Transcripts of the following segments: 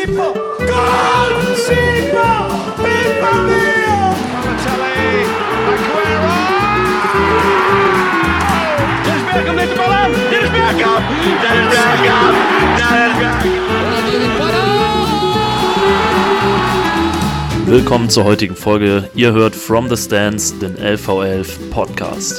Sipa! Gol! Sipa! Balotelli! Aguero! Dennis Bergkamp neemt de bal aan! Dennis Bergkamp! Dennis Bergkamp! Dennis Bergkamp! Willkommen zur heutigen Folge. Ihr hört From the Stands, den LV11 Podcast.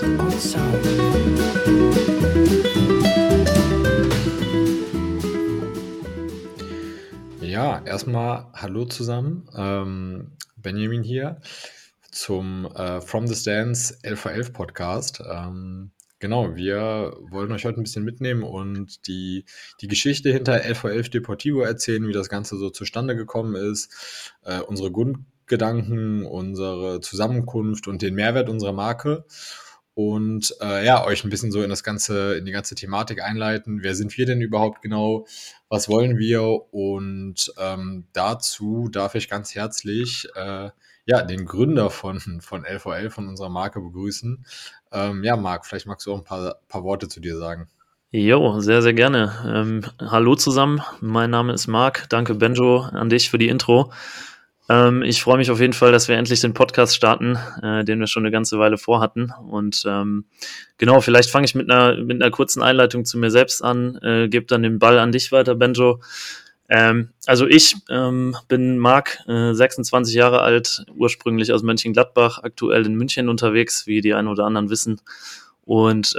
Ja, erstmal hallo zusammen. Benjamin hier zum From the Stands LV11 Podcast. Genau, wir wollen euch heute ein bisschen mitnehmen und die Geschichte hinter LV11 Deportivo erzählen, wie das Ganze so zustande gekommen ist, unsere Grundgedanken, unsere Zusammenkunft und den Mehrwert unserer Marke. Und euch ein bisschen so in die ganze Thematik einleiten. Wer sind wir denn überhaupt genau? Was wollen wir? Und dazu darf ich ganz herzlich den Gründer von LV11, von unserer Marke, begrüßen. Marc, vielleicht magst du auch ein paar Worte zu dir sagen. Jo, sehr, sehr gerne. Hallo zusammen, mein Name ist Marc. Danke, Benjo, an dich für die Intro. Ich freue mich auf jeden Fall, dass wir endlich den Podcast starten, den wir schon eine ganze Weile vorhatten. Und genau, vielleicht fange ich mit einer kurzen Einleitung zu mir selbst an, gebe dann den Ball an dich weiter, Benjo. Also ich bin Marc, 26 Jahre alt, ursprünglich aus Mönchengladbach, aktuell in München unterwegs, wie die einen oder anderen wissen. Und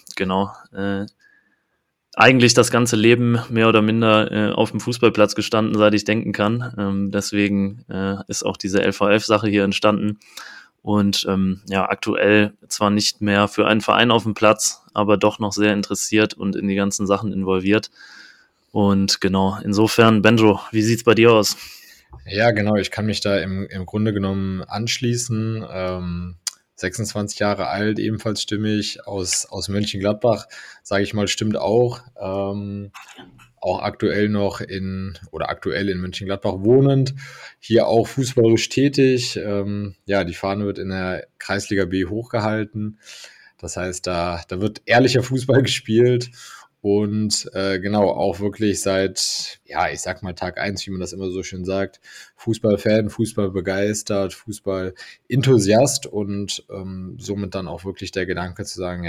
eigentlich das ganze Leben mehr oder minder auf dem Fußballplatz gestanden, seit ich denken kann. Deswegen ist auch diese LV11-Sache hier entstanden. Und aktuell zwar nicht mehr für einen Verein auf dem Platz, aber doch noch sehr interessiert und in die ganzen Sachen involviert. Und genau, insofern, Benjo, wie sieht's bei dir aus? Ja, genau, ich kann mich da im Grunde genommen anschließen. 26 Jahre alt, ebenfalls stimmig, aus Mönchengladbach, sage ich mal, stimmt auch. Auch aktuell in Mönchengladbach wohnend, hier auch fußballerisch tätig. Die Fahne wird in der Kreisliga B hochgehalten. Das heißt, da wird ehrlicher Fußball gespielt. Und auch wirklich seit, ich sag mal Tag 1, wie man das immer so schön sagt, Fußballfan, Fußball begeistert, Fußball-Enthusiast und somit dann auch wirklich der Gedanke zu sagen,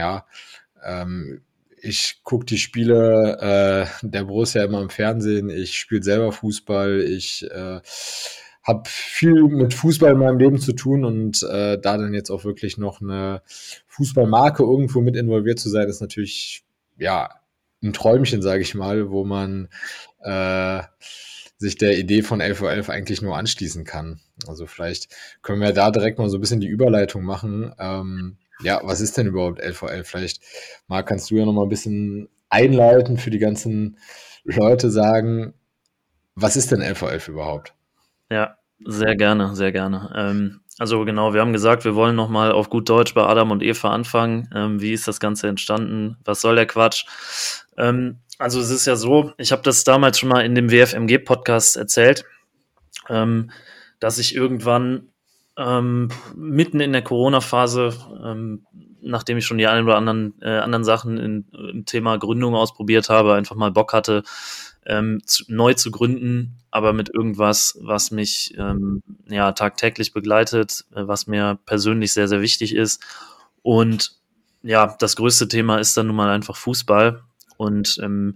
ich gucke die Spiele der Borussia immer im Fernsehen, ich spiele selber Fußball, ich habe viel mit Fußball in meinem Leben zu tun und da dann jetzt auch wirklich noch eine Fußballmarke irgendwo mit involviert zu sein, ist natürlich, ein Träumchen, sage ich mal, wo man sich der Idee von LV11 eigentlich nur anschließen kann. Also vielleicht können wir da direkt mal so ein bisschen die Überleitung machen. Was ist denn überhaupt LV11? Vielleicht, Marc, kannst du ja noch mal ein bisschen einleiten für die ganzen Leute, sagen, was ist denn LV11 überhaupt? Ja, sehr gerne, sehr gerne. Also genau, wir haben gesagt, wir wollen nochmal auf gut Deutsch bei Adam und Eva anfangen. Wie ist das Ganze entstanden? Was soll der Quatsch? Also es ist ja so, ich habe das damals schon mal in dem WFMG-Podcast erzählt, dass ich irgendwann mitten in der Corona-Phase, nachdem ich schon die ein oder anderen Sachen im Thema Gründung ausprobiert habe, einfach mal Bock hatte, neu zu gründen, aber mit irgendwas, was mich tagtäglich begleitet, was mir persönlich sehr, sehr wichtig ist. Und das größte Thema ist dann nun mal einfach Fußball. Und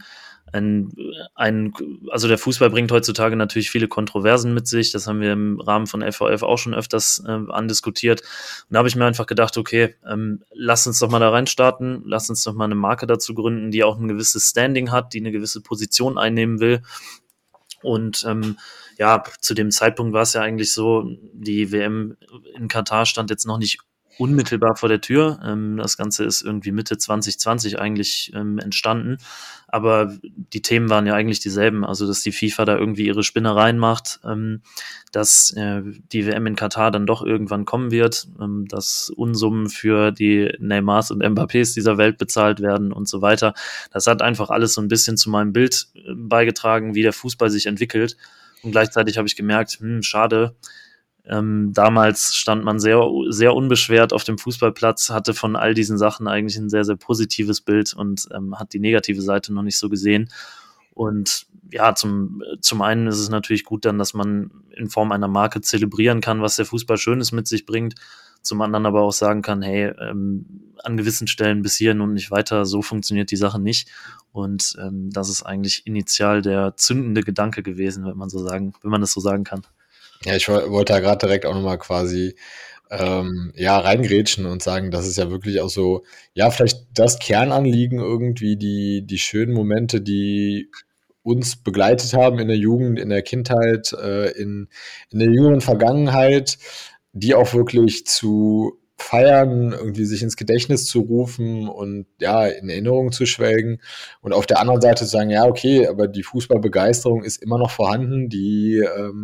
der Fußball bringt heutzutage natürlich viele Kontroversen mit sich. Das haben wir im Rahmen von LV11 auch schon öfters andiskutiert. Und da habe ich mir einfach gedacht, okay, lass uns doch mal da reinstarten, lass uns doch mal eine Marke dazu gründen, die auch ein gewisses Standing hat, die eine gewisse Position einnehmen will. Und zu dem Zeitpunkt war es ja eigentlich so, die WM in Katar stand jetzt noch nicht unmittelbar vor der Tür. Das Ganze ist irgendwie Mitte 2020 eigentlich entstanden. Aber die Themen waren ja eigentlich dieselben. Also, dass die FIFA da irgendwie ihre Spinnereien macht, dass die WM in Katar dann doch irgendwann kommen wird, dass Unsummen für die Neymars und Mbappés dieser Welt bezahlt werden und so weiter. Das hat einfach alles so ein bisschen zu meinem Bild beigetragen, wie der Fußball sich entwickelt. Und gleichzeitig habe ich gemerkt, schade, damals stand man sehr, sehr unbeschwert auf dem Fußballplatz, hatte von all diesen Sachen eigentlich ein sehr, sehr positives Bild und hat die negative Seite noch nicht so gesehen. Und ja, zum einen ist es natürlich gut dann, dass man in Form einer Marke zelebrieren kann, was der Fußball Schönes mit sich bringt. Zum anderen aber auch sagen kann, hey, an gewissen Stellen bis hierhin und nicht weiter, so funktioniert die Sache nicht. Und das ist eigentlich initial der zündende Gedanke gewesen, wenn man das so sagen kann. Ja, ich wollte da gerade direkt auch nochmal quasi reingrätschen und sagen, das ist ja wirklich auch so, ja, vielleicht das Kernanliegen irgendwie, die schönen Momente, die uns begleitet haben in der Jugend, in der Kindheit, in der jüngeren Vergangenheit, die auch wirklich zu feiern, irgendwie sich ins Gedächtnis zu rufen und ja, in Erinnerung zu schwelgen. Und auf der anderen Seite zu sagen, ja, okay, aber die Fußballbegeisterung ist immer noch vorhanden, die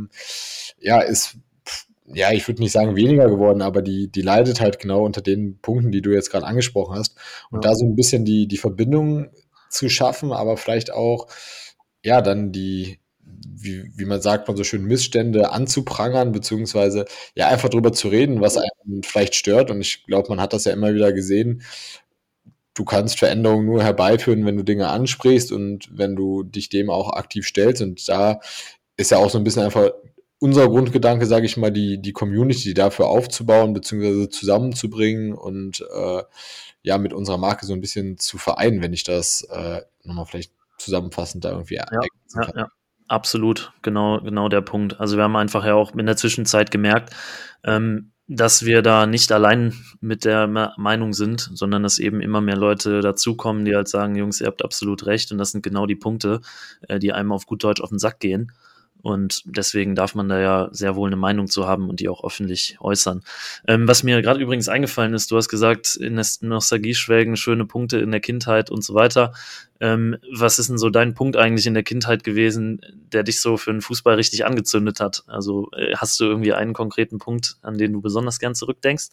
ist, ja, ich würde nicht sagen weniger geworden, aber die leidet halt genau unter den Punkten, die du jetzt gerade angesprochen hast. Und da so ein bisschen die Verbindung zu schaffen, aber vielleicht auch, ja, dann wie man sagt, man so schön Missstände anzuprangern, beziehungsweise ja einfach drüber zu reden, was einen vielleicht stört. Und ich glaube, man hat das ja immer wieder gesehen. Du kannst Veränderungen nur herbeiführen, wenn du Dinge ansprichst und wenn du dich dem auch aktiv stellst. Und da ist ja auch so ein bisschen einfach unser Grundgedanke, sage ich mal, die Community dafür aufzubauen, beziehungsweise zusammenzubringen und mit unserer Marke so ein bisschen zu vereinen, wenn ich das nochmal vielleicht zusammenfassend da irgendwie ergänzen kann. Ja, absolut, genau der Punkt. Also wir haben einfach ja auch in der Zwischenzeit gemerkt, dass wir da nicht allein mit der Meinung sind, sondern dass eben immer mehr Leute dazukommen, die halt sagen, Jungs, ihr habt absolut recht und das sind genau die Punkte, die einem auf gut Deutsch auf den Sack gehen. Und deswegen darf man da ja sehr wohl eine Meinung zu haben und die auch öffentlich äußern. Was mir gerade übrigens eingefallen ist, du hast gesagt, in der Nostalgie schwelgen, schöne Punkte in der Kindheit und so weiter. Was ist denn so dein Punkt eigentlich in der Kindheit gewesen, der dich so für den Fußball richtig angezündet hat? Also hast du irgendwie einen konkreten Punkt, an den du besonders gern zurückdenkst?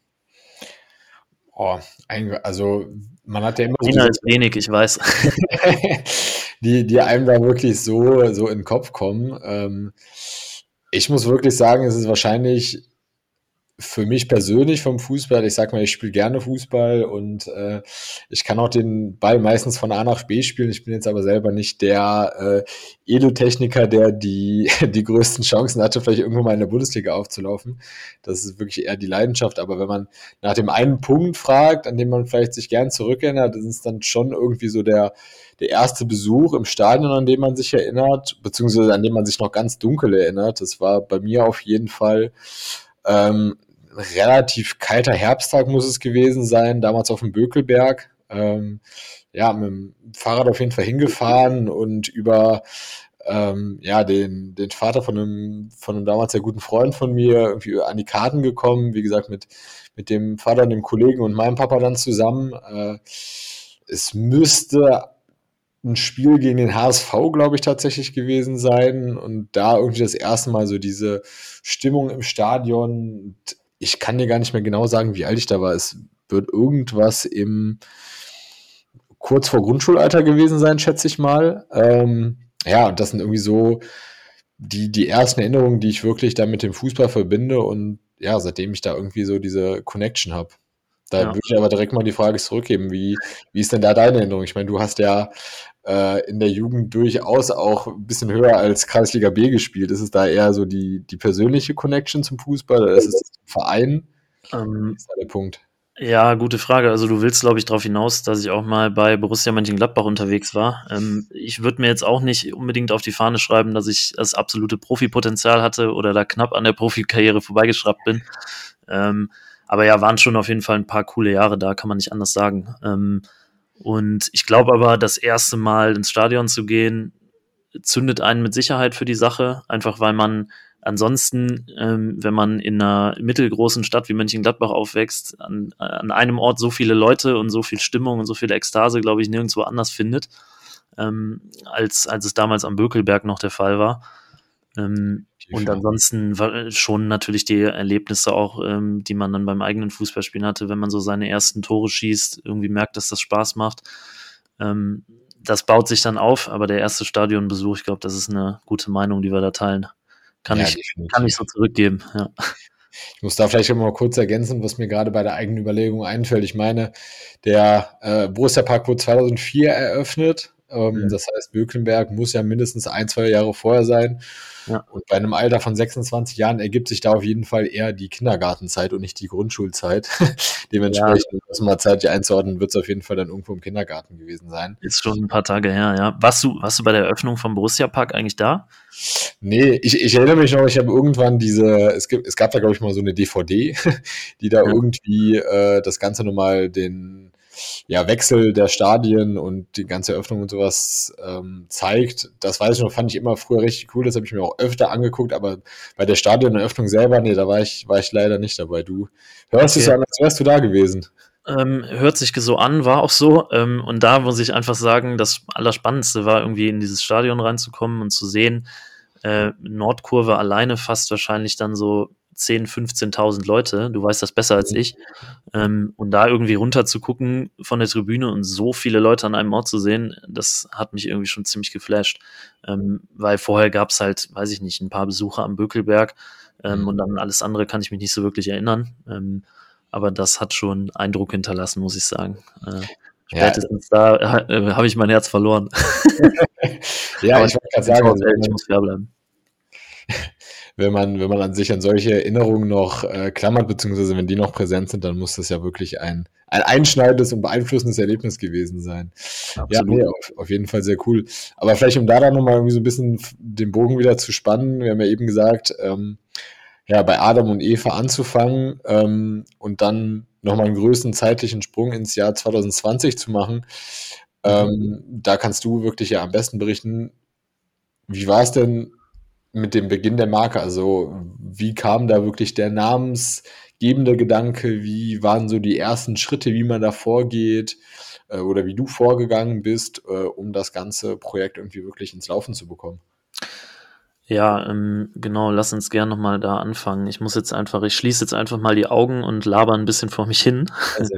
Also man hat ja immer ist wenig, ich weiß. die einem da wirklich so in den Kopf kommen. Ich muss wirklich sagen, es ist wahrscheinlich für mich persönlich vom Fußball, ich sag mal, ich spiele gerne Fußball und ich kann auch den Ball meistens von A nach B spielen. Ich bin jetzt aber selber nicht der Edeltechniker, der die größten Chancen hatte, vielleicht irgendwo mal in der Bundesliga aufzulaufen. Das ist wirklich eher die Leidenschaft. Aber wenn man nach dem einen Punkt fragt, an dem man vielleicht sich gern zurückerinnert, ist es dann schon irgendwie so der erste Besuch im Stadion, an den man sich erinnert, beziehungsweise an den man sich noch ganz dunkel erinnert. Das war bei mir auf jeden Fall relativ kalter Herbsttag muss es gewesen sein, damals auf dem Bökelberg. Mit dem Fahrrad auf jeden Fall hingefahren und über den Vater von einem damals sehr guten Freund von mir irgendwie an die Karten gekommen. Wie gesagt, mit dem Vater und dem Kollegen und meinem Papa dann zusammen. Es müsste ein Spiel gegen den HSV, glaube ich, tatsächlich gewesen sein. Und da irgendwie das erste Mal so diese Stimmung im Stadion. Ich kann dir gar nicht mehr genau sagen, wie alt ich da war. Es wird irgendwas kurz vor Grundschulalter gewesen sein, schätze ich mal. Und das sind irgendwie so die ersten Erinnerungen, die ich wirklich da mit dem Fußball verbinde. Und ja, seitdem ich da irgendwie so diese Connection habe. Da würde ich aber direkt mal die Frage zurückgeben, wie ist denn da deine Erinnerung? Ich meine, du hast ja in der Jugend durchaus auch ein bisschen höher als Kreisliga B gespielt. Ist es da eher so die persönliche Connection zum Fußball oder ist es zum Verein? Ist da der Punkt? Ja, gute Frage. Also du willst, glaube ich, darauf hinaus, dass ich auch mal bei Borussia Mönchengladbach unterwegs war. Ich würde mir jetzt auch nicht unbedingt auf die Fahne schreiben, dass ich das absolute Profipotenzial hatte oder da knapp an der Profikarriere vorbeigeschraubt bin. Aber ja, waren schon auf jeden Fall ein paar coole Jahre da, kann man nicht anders sagen. Und ich glaube aber, das erste Mal ins Stadion zu gehen, zündet einen mit Sicherheit für die Sache, einfach weil man ansonsten, wenn man in einer mittelgroßen Stadt wie Mönchengladbach aufwächst, an einem Ort so viele Leute und so viel Stimmung und so viel Ekstase, glaube ich, nirgendwo anders findet, als es damals am Bökelberg noch der Fall war. Und ansonsten schon natürlich die Erlebnisse auch, die man dann beim eigenen Fußballspielen hatte, wenn man so seine ersten Tore schießt, irgendwie merkt, dass das Spaß macht. Das baut sich dann auf, aber der erste Stadionbesuch, ich glaube, das ist eine gute Meinung, die wir da teilen. Kann ich so zurückgeben, ja. Ich muss da vielleicht mal kurz ergänzen, was mir gerade bei der eigenen Überlegung einfällt. Ich meine, der Borussia Park wurde 2004 eröffnet Das heißt, Bökelberg muss ja mindestens 1, 2 Jahre vorher sein. Ja. Und bei einem Alter von 26 Jahren ergibt sich da auf jeden Fall eher die Kindergartenzeit und nicht die Grundschulzeit. Dementsprechend, um das mal zeitlich einzuordnen, wird es auf jeden Fall dann irgendwo im Kindergarten gewesen sein. Ist schon ein paar Tage her, ja. Warst du bei der Eröffnung vom Borussia-Park eigentlich da? Nee, ich erinnere mich noch, ich habe irgendwann es gab da, glaube ich, mal so eine DVD, die da irgendwie das Ganze nochmal den Wechsel der Stadien und die ganze Eröffnung und sowas zeigt. Das weiß ich noch, fand ich immer früher richtig cool, das habe ich mir auch öfter angeguckt, aber bei der Stadioneröffnung selber, nee, da war ich leider nicht dabei. Du hörst es so an, als wärst du da gewesen. Hört sich so an, war auch so. Und da muss ich einfach sagen, das Allerspannendste war irgendwie in dieses Stadion reinzukommen und zu sehen, Nordkurve alleine fast wahrscheinlich dann so 10.000, 15.000 Leute. Du weißt das besser als ich. Und da irgendwie runter zu gucken von der Tribüne und so viele Leute an einem Ort zu sehen, das hat mich irgendwie schon ziemlich geflasht. Weil vorher gab es halt, weiß ich nicht, ein paar Besucher am Bökelberg und dann alles andere kann ich mich nicht so wirklich erinnern. Aber das hat schon Eindruck hinterlassen, muss ich sagen. Spätestens da habe ich mein Herz verloren. Ja, ich wollte gerade sagen, ich muss fair bleiben. Wenn man an sich an solche Erinnerungen noch klammert, beziehungsweise wenn die noch präsent sind, dann muss das ja wirklich ein einschneidendes und beeinflussendes Erlebnis gewesen sein. Absolut. Ja, nee, auf jeden Fall sehr cool. Aber vielleicht, um da dann nochmal irgendwie so ein bisschen den Bogen wieder zu spannen, wir haben ja eben gesagt, bei Adam und Eva anzufangen und dann nochmal einen größeren zeitlichen Sprung ins Jahr 2020 zu machen. Da kannst du wirklich ja am besten berichten, wie war es denn mit dem Beginn der Marke? Also wie kam da wirklich der namensgebende Gedanke? Wie waren so die ersten Schritte, wie man da vorgeht oder wie du vorgegangen bist, um das ganze Projekt irgendwie wirklich ins Laufen zu bekommen? Ja, genau, lass uns gern nochmal da anfangen. Ich schließe jetzt einfach mal die Augen und laber ein bisschen vor mich hin.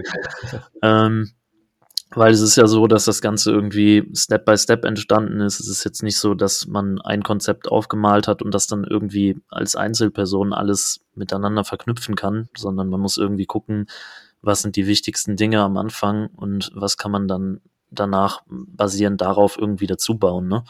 Weil es ist ja so, dass das Ganze irgendwie Step by Step entstanden ist. Es ist jetzt nicht so, dass man ein Konzept aufgemalt hat und das dann irgendwie als Einzelperson alles miteinander verknüpfen kann, sondern man muss irgendwie gucken, was sind die wichtigsten Dinge am Anfang und was kann man dann danach basierend darauf irgendwie dazu bauen, ne?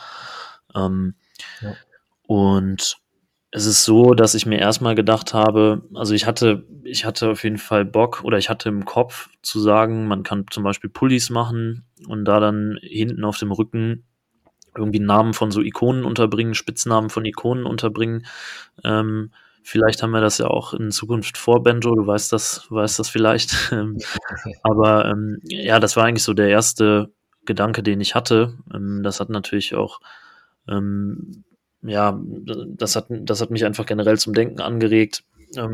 Und es ist so, dass ich mir erstmal gedacht habe, also ich hatte auf jeden Fall Bock oder ich hatte im Kopf zu sagen, man kann zum Beispiel Pullis machen und da dann hinten auf dem Rücken irgendwie Namen von so Ikonen unterbringen, Spitznamen von Ikonen unterbringen. Vielleicht haben wir das ja auch in Zukunft vor, Benjo, du weißt das vielleicht. Aber das war eigentlich so der erste Gedanke, den ich hatte. Das hat natürlich auch das hat mich einfach generell zum Denken angeregt.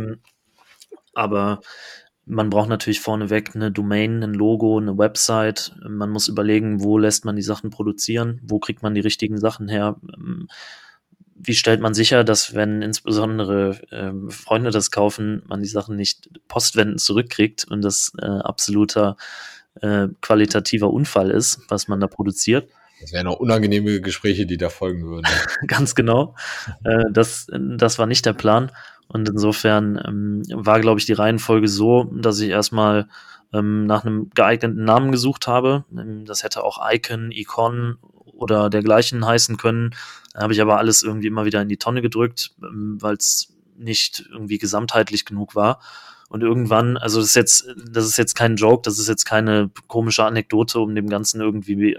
Aber man braucht natürlich vorneweg eine Domain, ein Logo, eine Website. Man muss überlegen, wo lässt man die Sachen produzieren, wo kriegt man die richtigen Sachen her. Wie stellt man sicher, dass, wenn insbesondere Freunde das kaufen, man die Sachen nicht postwendend zurückkriegt und das absoluter qualitativer Unfall ist, was man da produziert. Das wären auch unangenehme Gespräche, die da folgen würden. Ganz genau. Das war nicht der Plan. Und insofern war, glaube ich, die Reihenfolge so, dass ich erstmal nach einem geeigneten Namen gesucht habe. Das hätte auch Icon, Icon oder dergleichen heißen können. Da habe ich aber alles irgendwie immer wieder in die Tonne gedrückt, weil es nicht irgendwie gesamtheitlich genug war. Und irgendwann, also das ist jetzt kein Joke, das ist jetzt keine komische Anekdote, um dem Ganzen irgendwie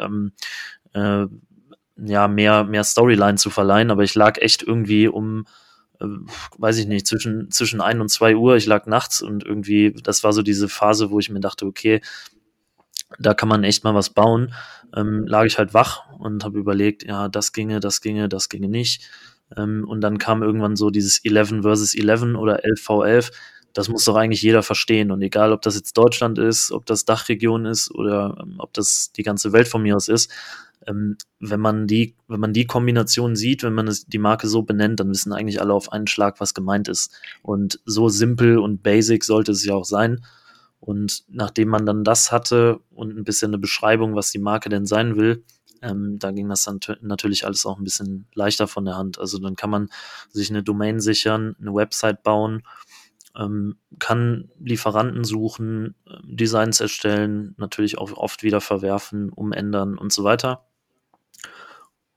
mehr Storyline zu verleihen, aber ich lag echt irgendwie weiß ich nicht, zwischen 1 und 2 Uhr, ich lag nachts und irgendwie, das war so diese Phase, wo ich mir dachte, okay, da kann man echt mal was bauen, lag ich halt wach und habe überlegt, ja, das ginge nicht. Und dann kam irgendwann so dieses 11 versus 11 oder 11v11, das muss doch eigentlich jeder verstehen. Und egal, ob das jetzt Deutschland ist, ob das Dachregion ist oder ob das die ganze Welt von mir aus ist, wenn man die Kombination sieht, wenn man die Marke so benennt, dann wissen eigentlich alle auf einen Schlag, was gemeint ist. Und so simpel und basic sollte es ja auch sein. Und nachdem man dann das hatte und ein bisschen eine Beschreibung, was die Marke denn sein will, da ging das dann natürlich alles auch ein bisschen leichter von der Hand. Also dann kann man sich eine Domain sichern, eine Website bauen, kann Lieferanten suchen, Designs erstellen, natürlich auch oft wieder verwerfen, umändern und so weiter.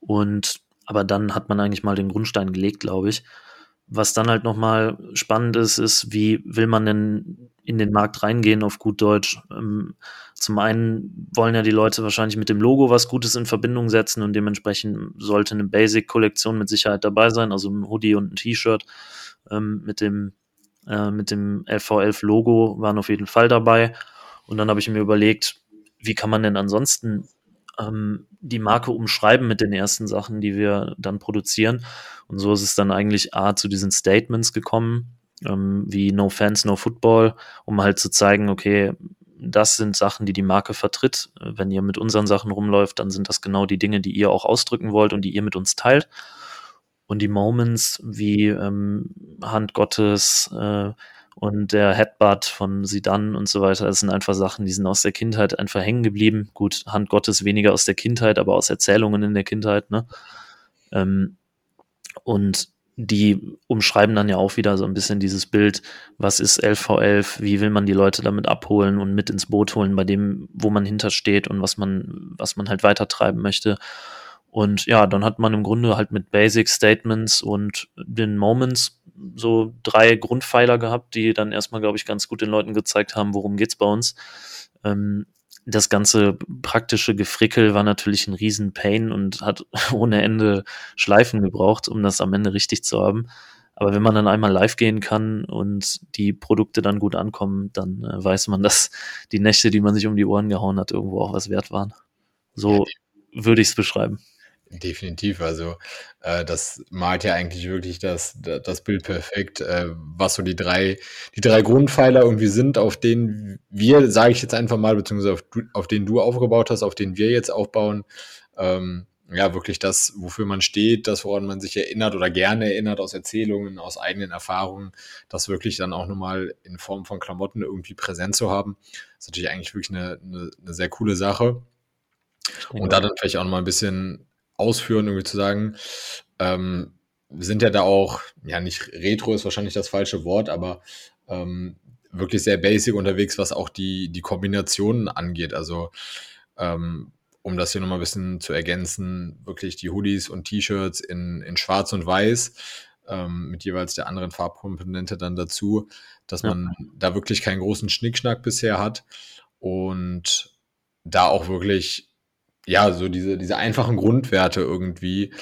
Aber dann hat man eigentlich mal den Grundstein gelegt, glaube ich. Was dann halt nochmal spannend ist, wie will man denn in den Markt reingehen auf gut Deutsch? Zum einen wollen ja die Leute wahrscheinlich mit dem Logo was Gutes in Verbindung setzen und dementsprechend sollte eine Basic-Kollektion mit Sicherheit dabei sein, also ein Hoodie und ein T-Shirt mit dem LV11-Logo waren auf jeden Fall dabei. Und dann habe ich mir überlegt, wie kann man denn ansonsten die Marke umschreiben mit den ersten Sachen, die wir dann produzieren. Und so ist es dann eigentlich zu diesen Statements gekommen, wie No Fans, No Football, um halt zu zeigen, okay, das sind Sachen, die die Marke vertritt. Wenn ihr mit unseren Sachen rumläuft, dann sind das genau die Dinge, die ihr auch ausdrücken wollt und die ihr mit uns teilt. Und die Moments wie Hand Gottes und der Headbutt von Zidane und so weiter, das sind einfach Sachen, die sind aus der Kindheit einfach hängen geblieben. Gut, Hand Gottes weniger aus der Kindheit, aber aus Erzählungen in der Kindheit, ne? Und die umschreiben dann ja auch wieder so ein bisschen dieses Bild, was ist LV11, wie will man die Leute damit abholen und mit ins Boot holen, bei dem, wo man hintersteht und was man halt weitertreiben möchte. Und ja, dann hat man im Grunde halt mit Basic Statements und den Moments so 3 Grundpfeiler gehabt, die dann erstmal, glaube ich, ganz gut den Leuten gezeigt haben, worum geht's bei uns. Das ganze praktische Gefrickel war natürlich ein Riesen-Pain und hat ohne Ende Schleifen gebraucht, um das am Ende richtig zu haben. Aber wenn man dann einmal live gehen kann und die Produkte dann gut ankommen, dann weiß man, dass die Nächte, die man sich um die Ohren gehauen hat, irgendwo auch was wert waren. So würde ich es beschreiben. Definitiv, also das malt ja eigentlich wirklich das Bild perfekt, was so die drei Grundpfeiler irgendwie sind, auf denen wir, sage ich jetzt einfach mal, beziehungsweise auf denen du aufgebaut hast, auf denen wir jetzt aufbauen. Ja, wirklich das, wofür man steht, das, woran man sich erinnert oder gerne erinnert aus Erzählungen, aus eigenen Erfahrungen, das wirklich dann auch nochmal in Form von Klamotten irgendwie präsent zu haben, ist natürlich eigentlich wirklich eine sehr coole Sache. Und da dann vielleicht auch nochmal ein bisschen ausführen, irgendwie zu sagen, wir sind ja da auch, ja, nicht retro ist wahrscheinlich das falsche Wort, aber wirklich sehr basic unterwegs, was auch die Kombinationen angeht. Also um das hier nochmal ein bisschen zu ergänzen, wirklich die Hoodies und T-Shirts in Schwarz und Weiß mit jeweils der anderen Farbkomponente dann dazu, dass man da wirklich keinen großen Schnickschnack bisher hat und da auch wirklich ja, so diese einfachen Grundwerte irgendwie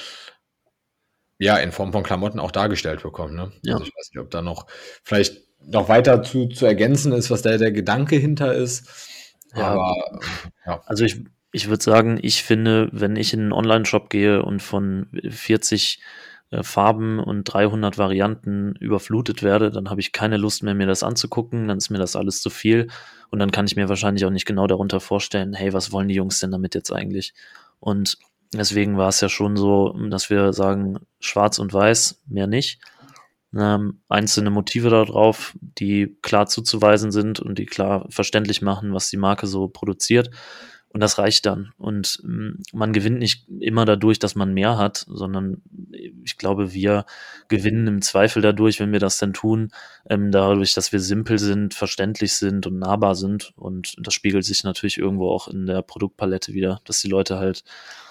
ja in Form von Klamotten auch dargestellt bekommen. Ne? Ja. Also ich weiß nicht, ob da vielleicht noch weiter zu ergänzen ist, was da der Gedanke hinter ist. Ja, aber ja. Also ich würde sagen, ich finde, wenn ich in einen Online-Shop gehe und von 40 Farben und 300 Varianten überflutet werde, dann habe ich keine Lust mehr, mir das anzugucken, dann ist mir das alles zu viel und dann kann ich mir wahrscheinlich auch nicht genau darunter vorstellen, hey, was wollen die Jungs denn damit jetzt eigentlich? Und deswegen war es ja schon so, dass wir sagen, schwarz und weiß, mehr nicht. Einzelne Motive da drauf, die klar zuzuweisen sind und die klar verständlich machen, was die Marke so produziert. Und das reicht dann. Und man gewinnt nicht immer dadurch, dass man mehr hat, sondern ich glaube, wir gewinnen im Zweifel dadurch, wenn wir das dann tun, dadurch, dass wir simpel sind, verständlich sind und nahbar sind. Und das spiegelt sich natürlich irgendwo auch in der Produktpalette wieder, dass die Leute halt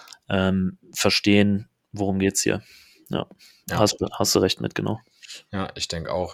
verstehen, worum geht's hier. Ja. Hast du recht mit, genau. Ja, ich denke auch.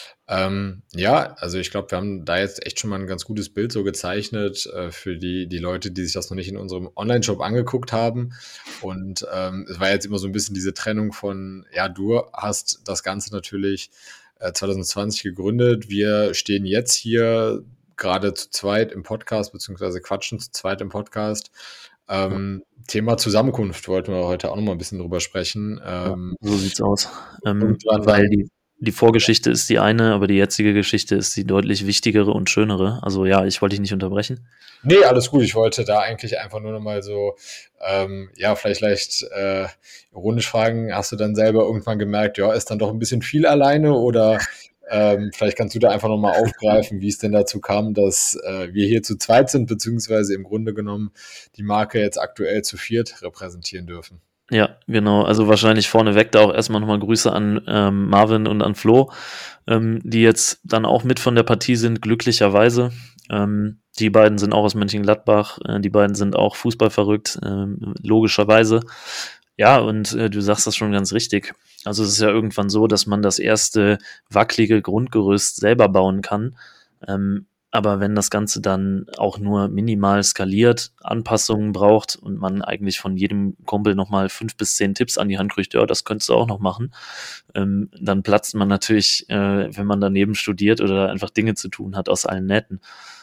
Ja, also ich glaube, wir haben da jetzt echt schon mal ein ganz gutes Bild so gezeichnet für die Leute, die sich das noch nicht in unserem Online-Shop angeguckt haben. Und es war jetzt immer so ein bisschen diese Trennung von, ja, du hast das Ganze natürlich 2020 gegründet. Wir stehen jetzt hier gerade zu zweit im Podcast, beziehungsweise quatschen zu zweit im Podcast. Thema Zusammenkunft wollten wir heute auch noch mal ein bisschen drüber sprechen. So sieht's aus. Weil die Vorgeschichte ist die eine, aber die jetzige Geschichte ist die deutlich wichtigere und schönere. Also ja, ich wollte dich nicht unterbrechen. Nee, alles gut. Ich wollte da eigentlich einfach nur noch mal so, ja, vielleicht leicht ironisch fragen, hast du dann selber irgendwann gemerkt, ja, ist dann doch ein bisschen viel alleine oder vielleicht kannst du da einfach nochmal aufgreifen, wie es denn dazu kam, dass wir hier zu zweit sind, beziehungsweise im Grunde genommen die Marke jetzt aktuell zu viert repräsentieren dürfen. Ja, genau. Also wahrscheinlich vorneweg da auch erstmal nochmal Grüße an Marvin und an Flo, die jetzt dann auch mit von der Partie sind, glücklicherweise. Die beiden sind auch aus Mönchengladbach, die beiden sind auch Fußball verrückt, logischerweise. Ja, und du sagst das schon ganz richtig. Also es ist ja irgendwann so, dass man das erste wackelige Grundgerüst selber bauen kann. Aber wenn das Ganze dann auch nur minimal skaliert, Anpassungen braucht und man eigentlich von jedem Kumpel nochmal 5 bis 10 Tipps an die Hand kriegt, ja, das könntest du auch noch machen, dann platzt man natürlich, wenn man daneben studiert oder einfach Dinge zu tun hat, aus allen Nähten.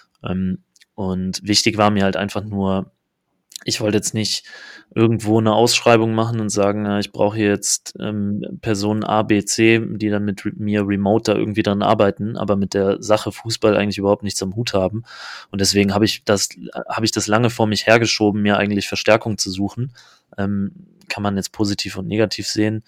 Und wichtig war mir halt einfach nur, ich wollte jetzt nicht irgendwo eine Ausschreibung machen und sagen, ich brauche hier jetzt Personen A, B, C, die dann mit mir remote da irgendwie dran arbeiten, aber mit der Sache Fußball eigentlich überhaupt nichts am Hut haben. Und deswegen habe ich das lange vor mich hergeschoben, mir eigentlich Verstärkung zu suchen. Kann man jetzt positiv und negativ sehen.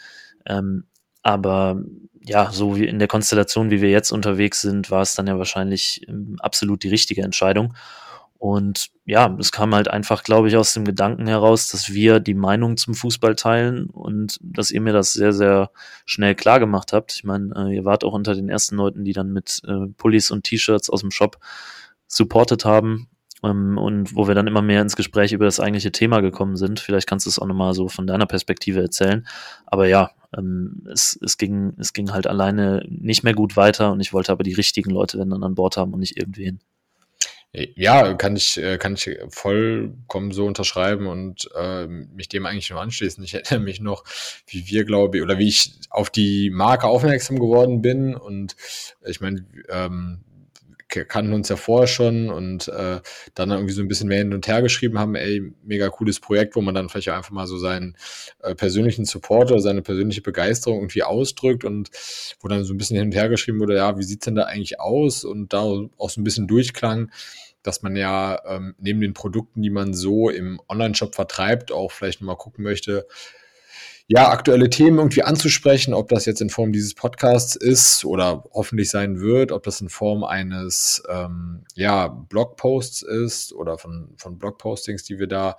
Aber ja, so wie in der Konstellation, wie wir jetzt unterwegs sind, war es dann ja wahrscheinlich absolut die richtige Entscheidung. Und ja, es kam halt einfach, glaube ich, aus dem Gedanken heraus, dass wir die Meinung zum Fußball teilen und dass ihr mir das sehr, sehr schnell klar gemacht habt. Ich meine, ihr wart auch unter den ersten Leuten, die dann mit Pullis und T-Shirts aus dem Shop supportet haben und wo wir dann immer mehr ins Gespräch über das eigentliche Thema gekommen sind. Vielleicht kannst du es auch nochmal so von deiner Perspektive erzählen. Aber ja, es ging halt alleine nicht mehr gut weiter und ich wollte aber die richtigen Leute dann an Bord haben und nicht irgendwen. Ja, kann ich vollkommen so unterschreiben und mich dem eigentlich nur anschließen. Ich erinnere mich noch, wie wir, glaube ich, oder wie ich auf die Marke aufmerksam geworden bin. Und ich meine, kannten uns ja vorher schon und dann irgendwie so ein bisschen mehr hin und her geschrieben haben, ey, mega cooles Projekt, wo man dann vielleicht auch einfach mal so seinen persönlichen Support oder seine persönliche Begeisterung irgendwie ausdrückt und wo dann so ein bisschen hin und her geschrieben wurde, ja, wie sieht's denn da eigentlich aus? Und da auch so ein bisschen durchklang, dass man ja neben den Produkten, die man so im Online-Shop vertreibt, auch vielleicht mal gucken möchte, ja, aktuelle Themen irgendwie anzusprechen, ob das jetzt in Form dieses Podcasts ist oder hoffentlich sein wird, ob das in Form eines Blogposts ist oder von Blogpostings, die wir da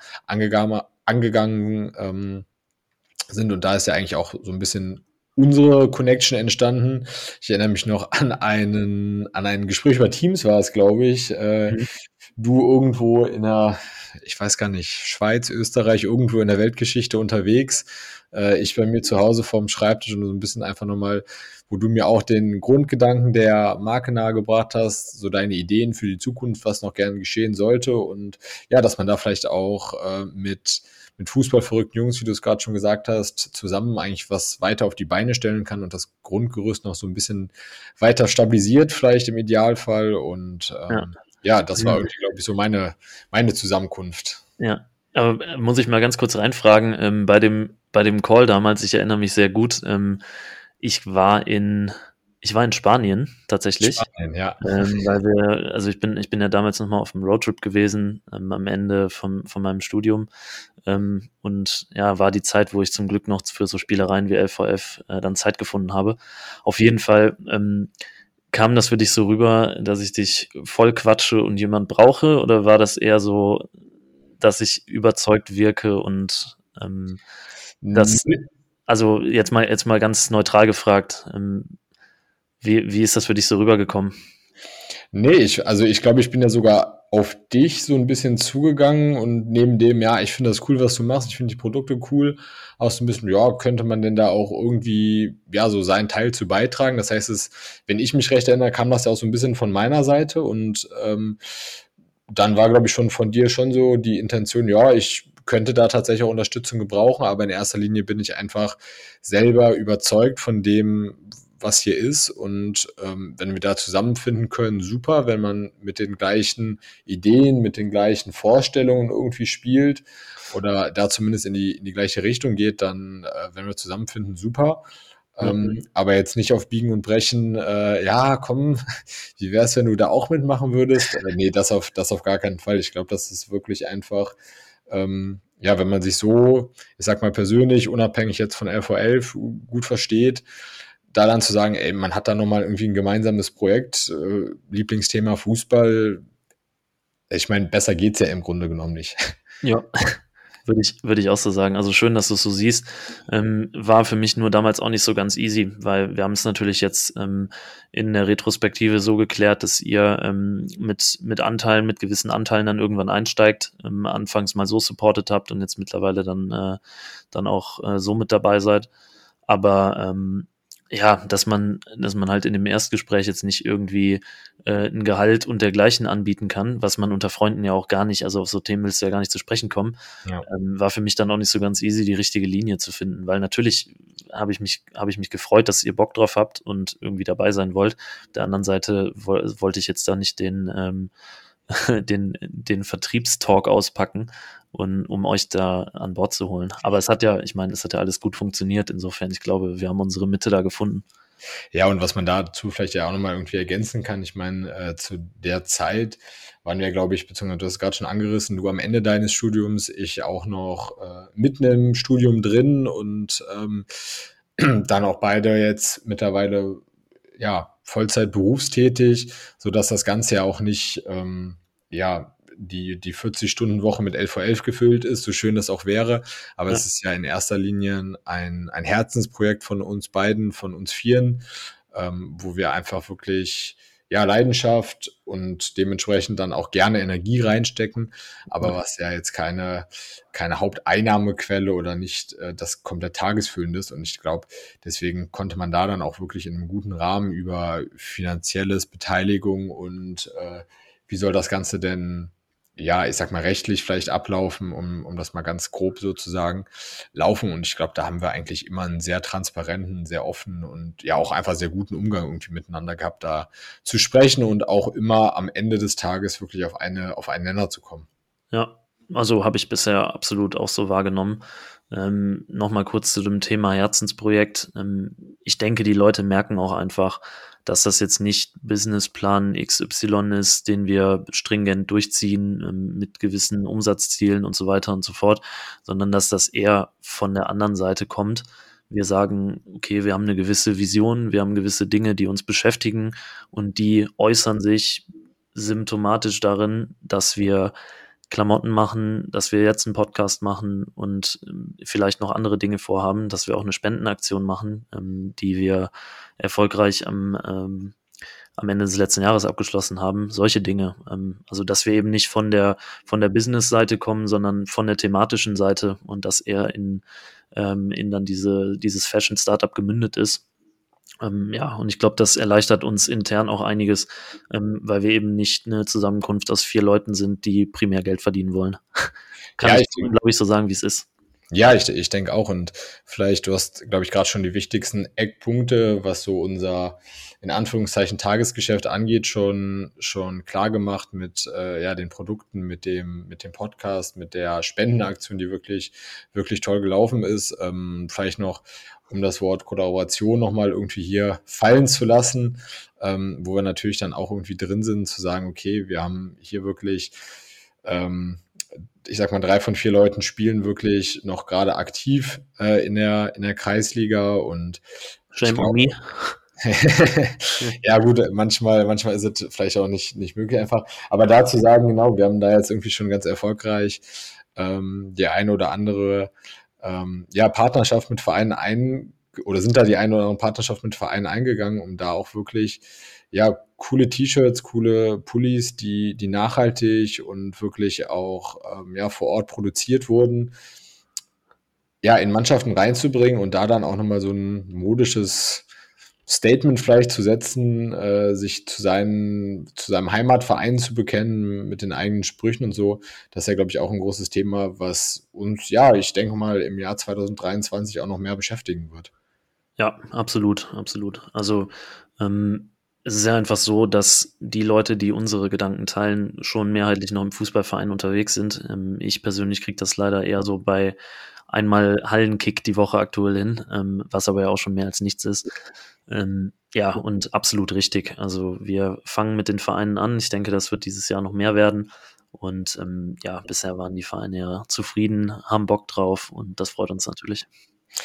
angegangen sind. Und da ist ja eigentlich auch so ein bisschen unsere Connection entstanden. Ich erinnere mich noch an ein Gespräch über Teams war es, glaube ich. Du irgendwo in der, ich weiß gar nicht, Schweiz, Österreich, irgendwo in der Weltgeschichte unterwegs. Ich bei mir zu Hause vorm Schreibtisch und so ein bisschen einfach nochmal, wo du mir auch den Grundgedanken der Marke nahegebracht hast, so deine Ideen für die Zukunft, was noch gerne geschehen sollte und ja, dass man da vielleicht auch mit fußballverrückten Jungs, wie du es gerade schon gesagt hast, zusammen eigentlich was weiter auf die Beine stellen kann und das Grundgerüst noch so ein bisschen weiter stabilisiert, vielleicht im Idealfall. Und das war irgendwie, glaube ich, so meine Zusammenkunft. Ja, aber muss ich mal ganz kurz reinfragen, bei dem Call damals, ich erinnere mich sehr gut, ich war in Spanien tatsächlich. Spanien, ja. Weil ich bin ja damals nochmal auf einem Roadtrip gewesen, am Ende von meinem Studium. Und ja, war die Zeit, wo ich zum Glück noch für so Spielereien wie LVF dann Zeit gefunden habe. Auf jeden Fall kam das für dich so rüber, dass ich dich voll quatsche und jemand brauche, oder war das eher so, dass ich überzeugt wirke und also jetzt mal ganz neutral gefragt, wie ist das für dich so rübergekommen? Nee, ich glaube, ich bin ja sogar auf dich so ein bisschen zugegangen und neben dem, ja, ich finde das cool, was du machst, ich finde die Produkte cool, auch so ein bisschen, ja, könnte man denn da auch irgendwie, ja, so seinen Teil zu beitragen? Das heißt, wenn ich mich recht erinnere, kam das ja auch so ein bisschen von meiner Seite und dann war, glaube ich, schon von dir schon so die Intention, ja, ich könnte da tatsächlich auch Unterstützung gebrauchen, aber in erster Linie bin ich einfach selber überzeugt von dem, was hier ist und wenn wir da zusammenfinden können, super, wenn man mit den gleichen Ideen, mit den gleichen Vorstellungen irgendwie spielt oder da zumindest in die gleiche Richtung geht, dann, wenn wir zusammenfinden, super. Aber jetzt nicht auf Biegen und Brechen, ja, komm, wie wäre es, wenn du da auch mitmachen würdest? Nee, das auf gar keinen Fall. Ich glaube, das ist wirklich einfach, wenn man sich so, ich sag mal persönlich, unabhängig jetzt von LV11 gut versteht, da dann zu sagen, ey, man hat da nochmal irgendwie ein gemeinsames Projekt, Lieblingsthema Fußball. Ich meine, besser geht's ja im Grunde genommen nicht. Ja. Würde ich auch so sagen. Also schön, dass du es so siehst. War für mich nur damals auch nicht so ganz easy, weil wir haben es natürlich jetzt in der Retrospektive so geklärt, dass ihr mit Anteilen, mit gewissen Anteilen dann irgendwann einsteigt, anfangs mal so supportet habt und jetzt mittlerweile dann auch so mit dabei seid. Aber ja, dass man halt in dem Erstgespräch jetzt nicht irgendwie ein Gehalt und dergleichen anbieten kann, was man unter Freunden ja auch gar nicht, also auf so Themen willst du ja gar nicht zu sprechen kommen, Ja. war für mich dann auch nicht so ganz easy, die richtige Linie zu finden, weil natürlich habe ich mich gefreut, dass ihr Bock drauf habt und irgendwie dabei sein wollt. Auf der anderen Seite wollte ich jetzt da nicht den Vertriebstalk auspacken und um euch da an Bord zu holen. Aber es hat ja alles gut funktioniert. Insofern, ich glaube, wir haben unsere Mitte da gefunden. Ja, und was man dazu vielleicht ja auch nochmal irgendwie ergänzen kann, ich meine, zu der Zeit waren wir, glaube ich, beziehungsweise du hast gerade schon angerissen, du am Ende deines Studiums, ich auch noch mitten im Studium drin und dann auch beide jetzt mittlerweile ja Vollzeit berufstätig, sodass das Ganze ja auch nicht ja die 40-Stunden-Woche mit 11 vor 11 gefüllt ist, so schön das auch wäre. Aber Ja. es ist ja in erster Linie ein Herzensprojekt von uns beiden, von uns Vieren, wo wir einfach wirklich ja Leidenschaft und dementsprechend dann auch gerne Energie reinstecken, aber was ja jetzt keine Haupteinnahmequelle oder nicht das komplett tagesfüllend ist. Und ich glaube, deswegen konnte man da dann auch wirklich in einem guten Rahmen über finanzielles Beteiligung und wie soll das Ganze denn, ja, ich sag mal, rechtlich vielleicht ablaufen, um das mal ganz grob sozusagen laufen. Und ich glaube, da haben wir eigentlich immer einen sehr transparenten, sehr offenen und ja auch einfach sehr guten Umgang irgendwie miteinander gehabt, da zu sprechen und auch immer am Ende des Tages wirklich auf einen Nenner zu kommen. Ja, also habe ich bisher absolut auch so wahrgenommen. Nochmal kurz zu dem Thema Herzensprojekt. Ich denke, die Leute merken auch einfach, dass das jetzt nicht Businessplan XY ist, den wir stringent durchziehen mit gewissen Umsatzzielen und so weiter und so fort, sondern dass das eher von der anderen Seite kommt. Wir sagen, okay, wir haben eine gewisse Vision, wir haben gewisse Dinge, die uns beschäftigen und die äußern sich symptomatisch darin, dass wir Klamotten machen, dass wir jetzt einen Podcast machen und vielleicht noch andere Dinge vorhaben, dass wir auch eine Spendenaktion machen, die wir erfolgreich am Ende des letzten Jahres abgeschlossen haben. Solche Dinge. Also, dass wir eben nicht von der Business-Seite kommen, sondern von der thematischen Seite und dass er in dann dieses Fashion-Startup gemündet ist. Ja, und ich glaube, das erleichtert uns intern auch einiges, weil wir eben nicht eine Zusammenkunft aus 4 Leuten sind, die primär Geld verdienen wollen. Kann Ja, ich, glaube ich, so sagen, wie es ist. ja, ich denke auch. Und vielleicht, du hast, glaube ich, gerade schon die wichtigsten Eckpunkte, was so unser, in Anführungszeichen, Tagesgeschäft angeht, schon klar gemacht mit ja, den Produkten, mit dem Podcast, mit der Spendenaktion, die wirklich, wirklich toll gelaufen ist. Vielleicht noch, um das Wort Kollaboration nochmal irgendwie hier fallen zu lassen, wo wir natürlich dann auch irgendwie drin sind, zu sagen, okay, wir haben hier wirklich ich sag mal, 3 von 4 Leuten spielen wirklich noch gerade aktiv in der Kreisliga und Shame on me. ja gut, manchmal ist es vielleicht auch nicht möglich einfach. Aber da zu sagen, genau, wir haben da jetzt irgendwie schon ganz erfolgreich die eine oder andere ja, Partnerschaft mit Vereinen oder sind da die eine oder andere Partnerschaft mit Vereinen eingegangen, um da auch wirklich ja coole T-Shirts, coole Pullis, die nachhaltig und wirklich auch ja vor Ort produziert wurden, ja in Mannschaften reinzubringen und da dann auch nochmal so ein modisches Statement vielleicht zu setzen, sich zu seinem Heimatverein zu bekennen mit den eigenen Sprüchen und so. Das ist ja, glaube ich, auch ein großes Thema, was uns, ja, ich denke mal, im Jahr 2023 auch noch mehr beschäftigen wird. Ja, absolut, absolut. Also es ist ja einfach so, dass die Leute, die unsere Gedanken teilen, schon mehrheitlich noch im Fußballverein unterwegs sind. Ich persönlich kriege das leider eher so bei einmal Hallenkick die Woche aktuell hin, was aber ja auch schon mehr als nichts ist. Ja, und absolut richtig. Also wir fangen mit den Vereinen an. Ich denke, das wird dieses Jahr noch mehr werden. Und ja, bisher waren die Vereine ja zufrieden, haben Bock drauf und das freut uns natürlich.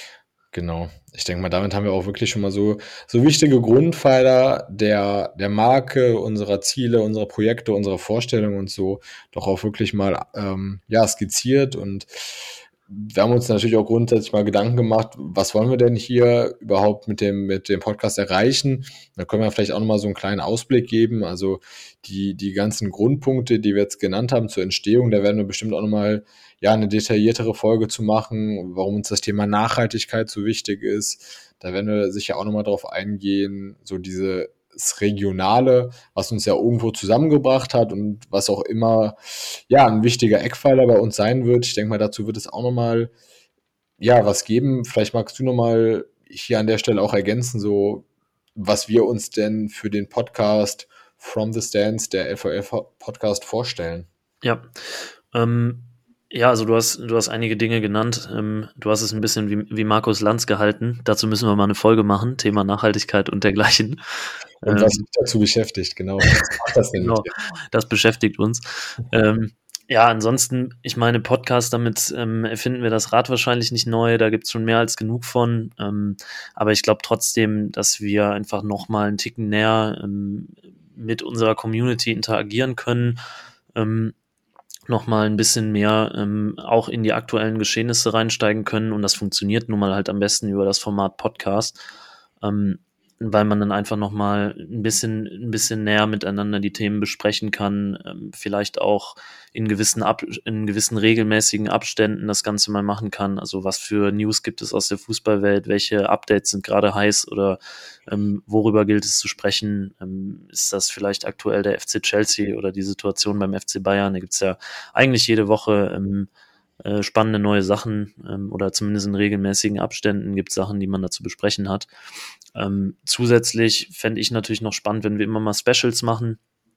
Genau. Ich denke mal, damit haben wir auch wirklich schon mal so wichtige Grundpfeiler der Marke, unserer Ziele, unserer Projekte, unserer Vorstellungen und so doch auch wirklich mal skizziert. Und wir haben uns natürlich auch grundsätzlich mal Gedanken gemacht, was wollen wir denn hier überhaupt mit dem Podcast erreichen? Da können wir vielleicht auch nochmal so einen kleinen Ausblick geben. Also die ganzen Grundpunkte, die wir jetzt genannt haben zur Entstehung, da werden wir bestimmt auch nochmal eine detailliertere Folge zu machen, warum uns das Thema Nachhaltigkeit so wichtig ist. Da werden wir sicher auch nochmal drauf eingehen, so dieses Regionale, was uns ja irgendwo zusammengebracht hat und was auch immer ein wichtiger Eckpfeiler bei uns sein wird. Ich denke mal, dazu wird es auch nochmal was geben. Vielleicht magst du nochmal hier an der Stelle auch ergänzen, so was wir uns denn für den Podcast From the Stands, der LVL-Podcast, vorstellen. Ja, also du hast einige Dinge genannt. Du hast es ein bisschen wie Markus Lanz gehalten. Dazu müssen wir mal eine Folge machen, Thema Nachhaltigkeit und dergleichen. Und was mich dazu beschäftigt, genau. Was macht das denn genau, das beschäftigt uns. Ansonsten, ich meine, Podcast, damit erfinden wir das Rad wahrscheinlich nicht neu, da gibt es schon mehr als genug von. Aber ich glaube trotzdem, dass wir einfach nochmal einen Ticken näher mit unserer Community interagieren können. Nochmal ein bisschen mehr auch in die aktuellen Geschehnisse reinsteigen können und das funktioniert nun mal halt am besten über das Format Podcast, weil man dann einfach nochmal ein bisschen näher miteinander die Themen besprechen kann, vielleicht auch in gewissen regelmäßigen Abständen das Ganze mal machen kann. Also was für News gibt es aus der Fußballwelt, welche Updates sind gerade heiß oder worüber gilt es zu sprechen? Ist das vielleicht aktuell der FC Chelsea oder die Situation beim FC Bayern? Da gibt es ja eigentlich jede Woche spannende neue Sachen oder zumindest in regelmäßigen Abständen gibt es Sachen, die man da zu besprechen hat. Zusätzlich fände ich natürlich noch spannend, wenn wir immer mal Specials machen,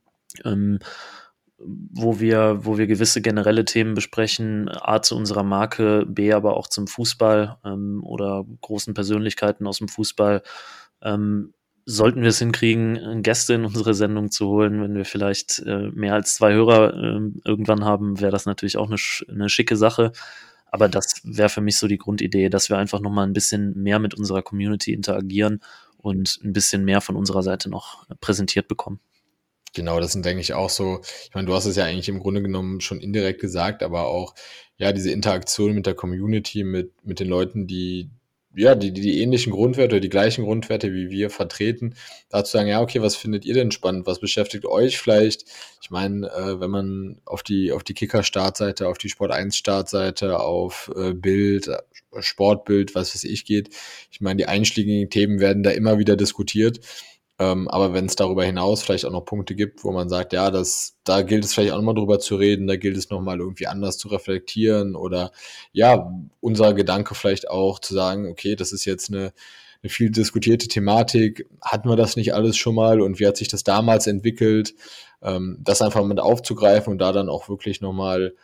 wo wir gewisse generelle Themen besprechen, A zu unserer Marke, B aber auch zum Fußball oder großen Persönlichkeiten aus dem Fußball. Sollten wir es hinkriegen, Gäste in unsere Sendung zu holen, wenn wir vielleicht mehr als 2 Hörer irgendwann haben, wäre das natürlich auch eine schicke Sache. Aber das wäre für mich so die Grundidee, dass wir einfach nochmal ein bisschen mehr mit unserer Community interagieren und ein bisschen mehr von unserer Seite noch präsentiert bekommen. Genau, das sind, denke ich, auch so, ich meine, du hast es ja eigentlich im Grunde genommen schon indirekt gesagt, aber auch, diese Interaktion mit der Community, mit den Leuten, die ähnlichen Grundwerte oder die gleichen Grundwerte wie wir vertreten, dazu sagen, okay, was findet ihr denn spannend? Was beschäftigt euch vielleicht? Ich meine, wenn man auf die Kicker-Startseite, auf die Sport1-Startseite, auf Bild, Sportbild, was weiß ich geht, ich meine, die einschlägigen Themen werden da immer wieder diskutiert. Aber wenn es darüber hinaus vielleicht auch noch Punkte gibt, wo man sagt, da gilt es vielleicht auch nochmal drüber zu reden, da gilt es nochmal irgendwie anders zu reflektieren oder unser Gedanke vielleicht auch zu sagen, okay, das ist jetzt eine viel diskutierte Thematik, hatten wir das nicht alles schon mal und wie hat sich das damals entwickelt, das einfach mit aufzugreifen und da dann auch wirklich nochmal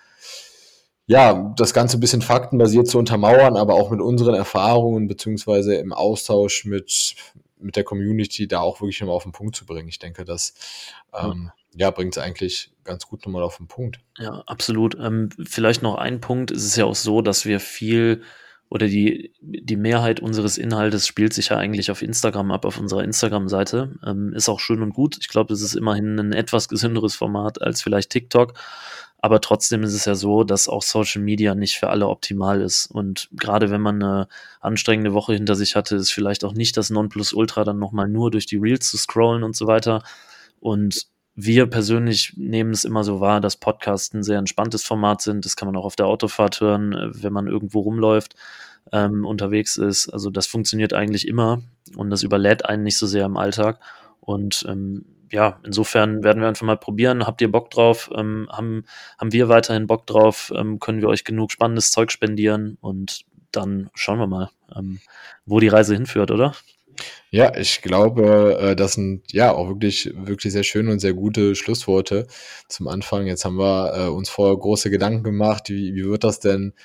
das Ganze ein bisschen faktenbasiert zu untermauern, aber auch mit unseren Erfahrungen beziehungsweise im Austausch mit der Community da auch wirklich nochmal auf den Punkt zu bringen. Ich denke, das bringt es eigentlich ganz gut nochmal auf den Punkt. Ja, absolut. Vielleicht noch ein Punkt. Es ist ja auch so, dass wir viel oder die Mehrheit unseres Inhaltes spielt sich ja eigentlich auf Instagram ab, auf unserer Instagram-Seite. Ist auch schön und gut. Ich glaube, das ist immerhin ein etwas gesünderes Format als vielleicht TikTok. Aber trotzdem ist es ja so, dass auch Social Media nicht für alle optimal ist. Und gerade wenn man eine anstrengende Woche hinter sich hatte, ist vielleicht auch nicht das Nonplusultra, dann nochmal nur durch die Reels zu scrollen und so weiter. Und wir persönlich nehmen es immer so wahr, dass Podcasts ein sehr entspanntes Format sind. Das kann man auch auf der Autofahrt hören, wenn man irgendwo rumläuft, unterwegs ist. Also das funktioniert eigentlich immer und das überlädt einen nicht so sehr im Alltag. Und insofern werden wir einfach mal probieren. Habt ihr Bock drauf? Haben wir weiterhin Bock drauf? Können wir euch genug spannendes Zeug spendieren? Und dann schauen wir mal, wo die Reise hinführt, oder? Ja, ich glaube, das sind auch wirklich, wirklich sehr schöne und sehr gute Schlussworte zum Anfang. Jetzt haben wir uns vorher große Gedanken gemacht, wie wird das denn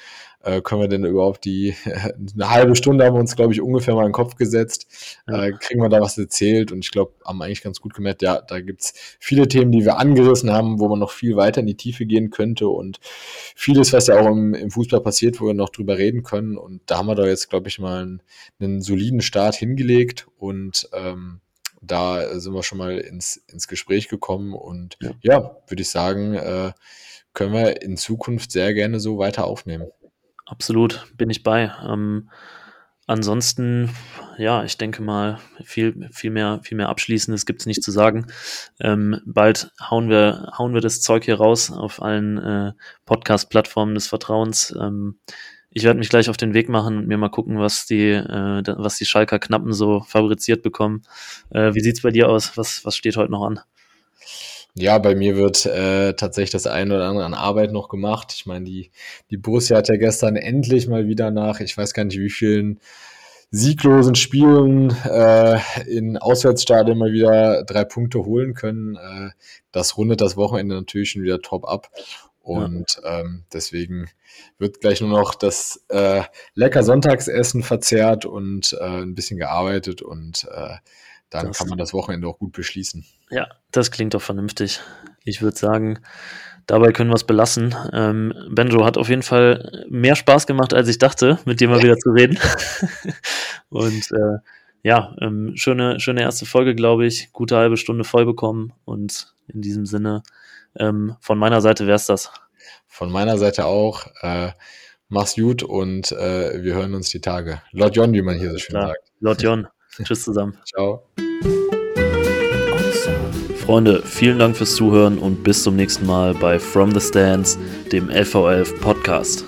können wir denn überhaupt eine halbe Stunde haben wir uns, glaube ich, ungefähr mal in den Kopf gesetzt, kriegen wir da was erzählt und ich glaube, haben eigentlich ganz gut gemerkt, ja, da gibt's viele Themen, die wir angerissen haben, wo man noch viel weiter in die Tiefe gehen könnte und vieles, was ja auch im Fußball passiert, wo wir noch drüber reden können und da haben wir da jetzt, glaube ich, mal einen soliden Start hingelegt und da sind wir schon mal ins Gespräch gekommen und ja würde ich sagen, können wir in Zukunft sehr gerne so weiter aufnehmen. Absolut, bin ich bei. Ansonsten, ja, ich denke mal, viel mehr Abschließendes gibt es nicht zu sagen. Bald hauen wir das Zeug hier raus auf allen Podcast-Plattformen des Vertrauens. Ich werde mich gleich auf den Weg machen und mir mal gucken, was die Schalker Knappen so fabriziert bekommen. Wie sieht's bei dir aus? Was steht heute noch an? Ja, bei mir wird tatsächlich das eine oder andere an Arbeit noch gemacht. Ich meine, die Borussia hat ja gestern endlich mal wieder nach, ich weiß gar nicht wie vielen sieglosen Spielen in Auswärtsstadien mal wieder 3 Punkte holen können. Das rundet das Wochenende natürlich schon wieder top ab. Und deswegen wird gleich nur noch das lecker Sonntagsessen verzehrt und ein bisschen gearbeitet und dann kann man das Wochenende auch gut beschließen. Ja, das klingt doch vernünftig. Ich würde sagen, dabei können wir es belassen. Benjo, hat auf jeden Fall mehr Spaß gemacht, als ich dachte, mit dir mal wieder zu reden. Und schöne erste Folge, glaube ich. Gute halbe Stunde voll bekommen. Und in diesem Sinne, von meiner Seite wäre es das. Von meiner Seite auch. Mach's gut und wir hören uns die Tage. Lord John, wie man hier so schön sagt. Lord John. Tschüss zusammen. Ciao. Freunde, vielen Dank fürs Zuhören und bis zum nächsten Mal bei From the Stands, dem LV11 Podcast.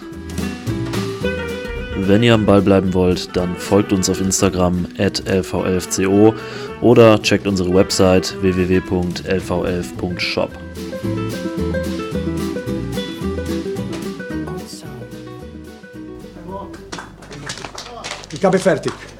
Wenn ihr am Ball bleiben wollt, dann folgt uns auf Instagram @lv11co oder checkt unsere Website www.lv11.shop. Ich habe fertig.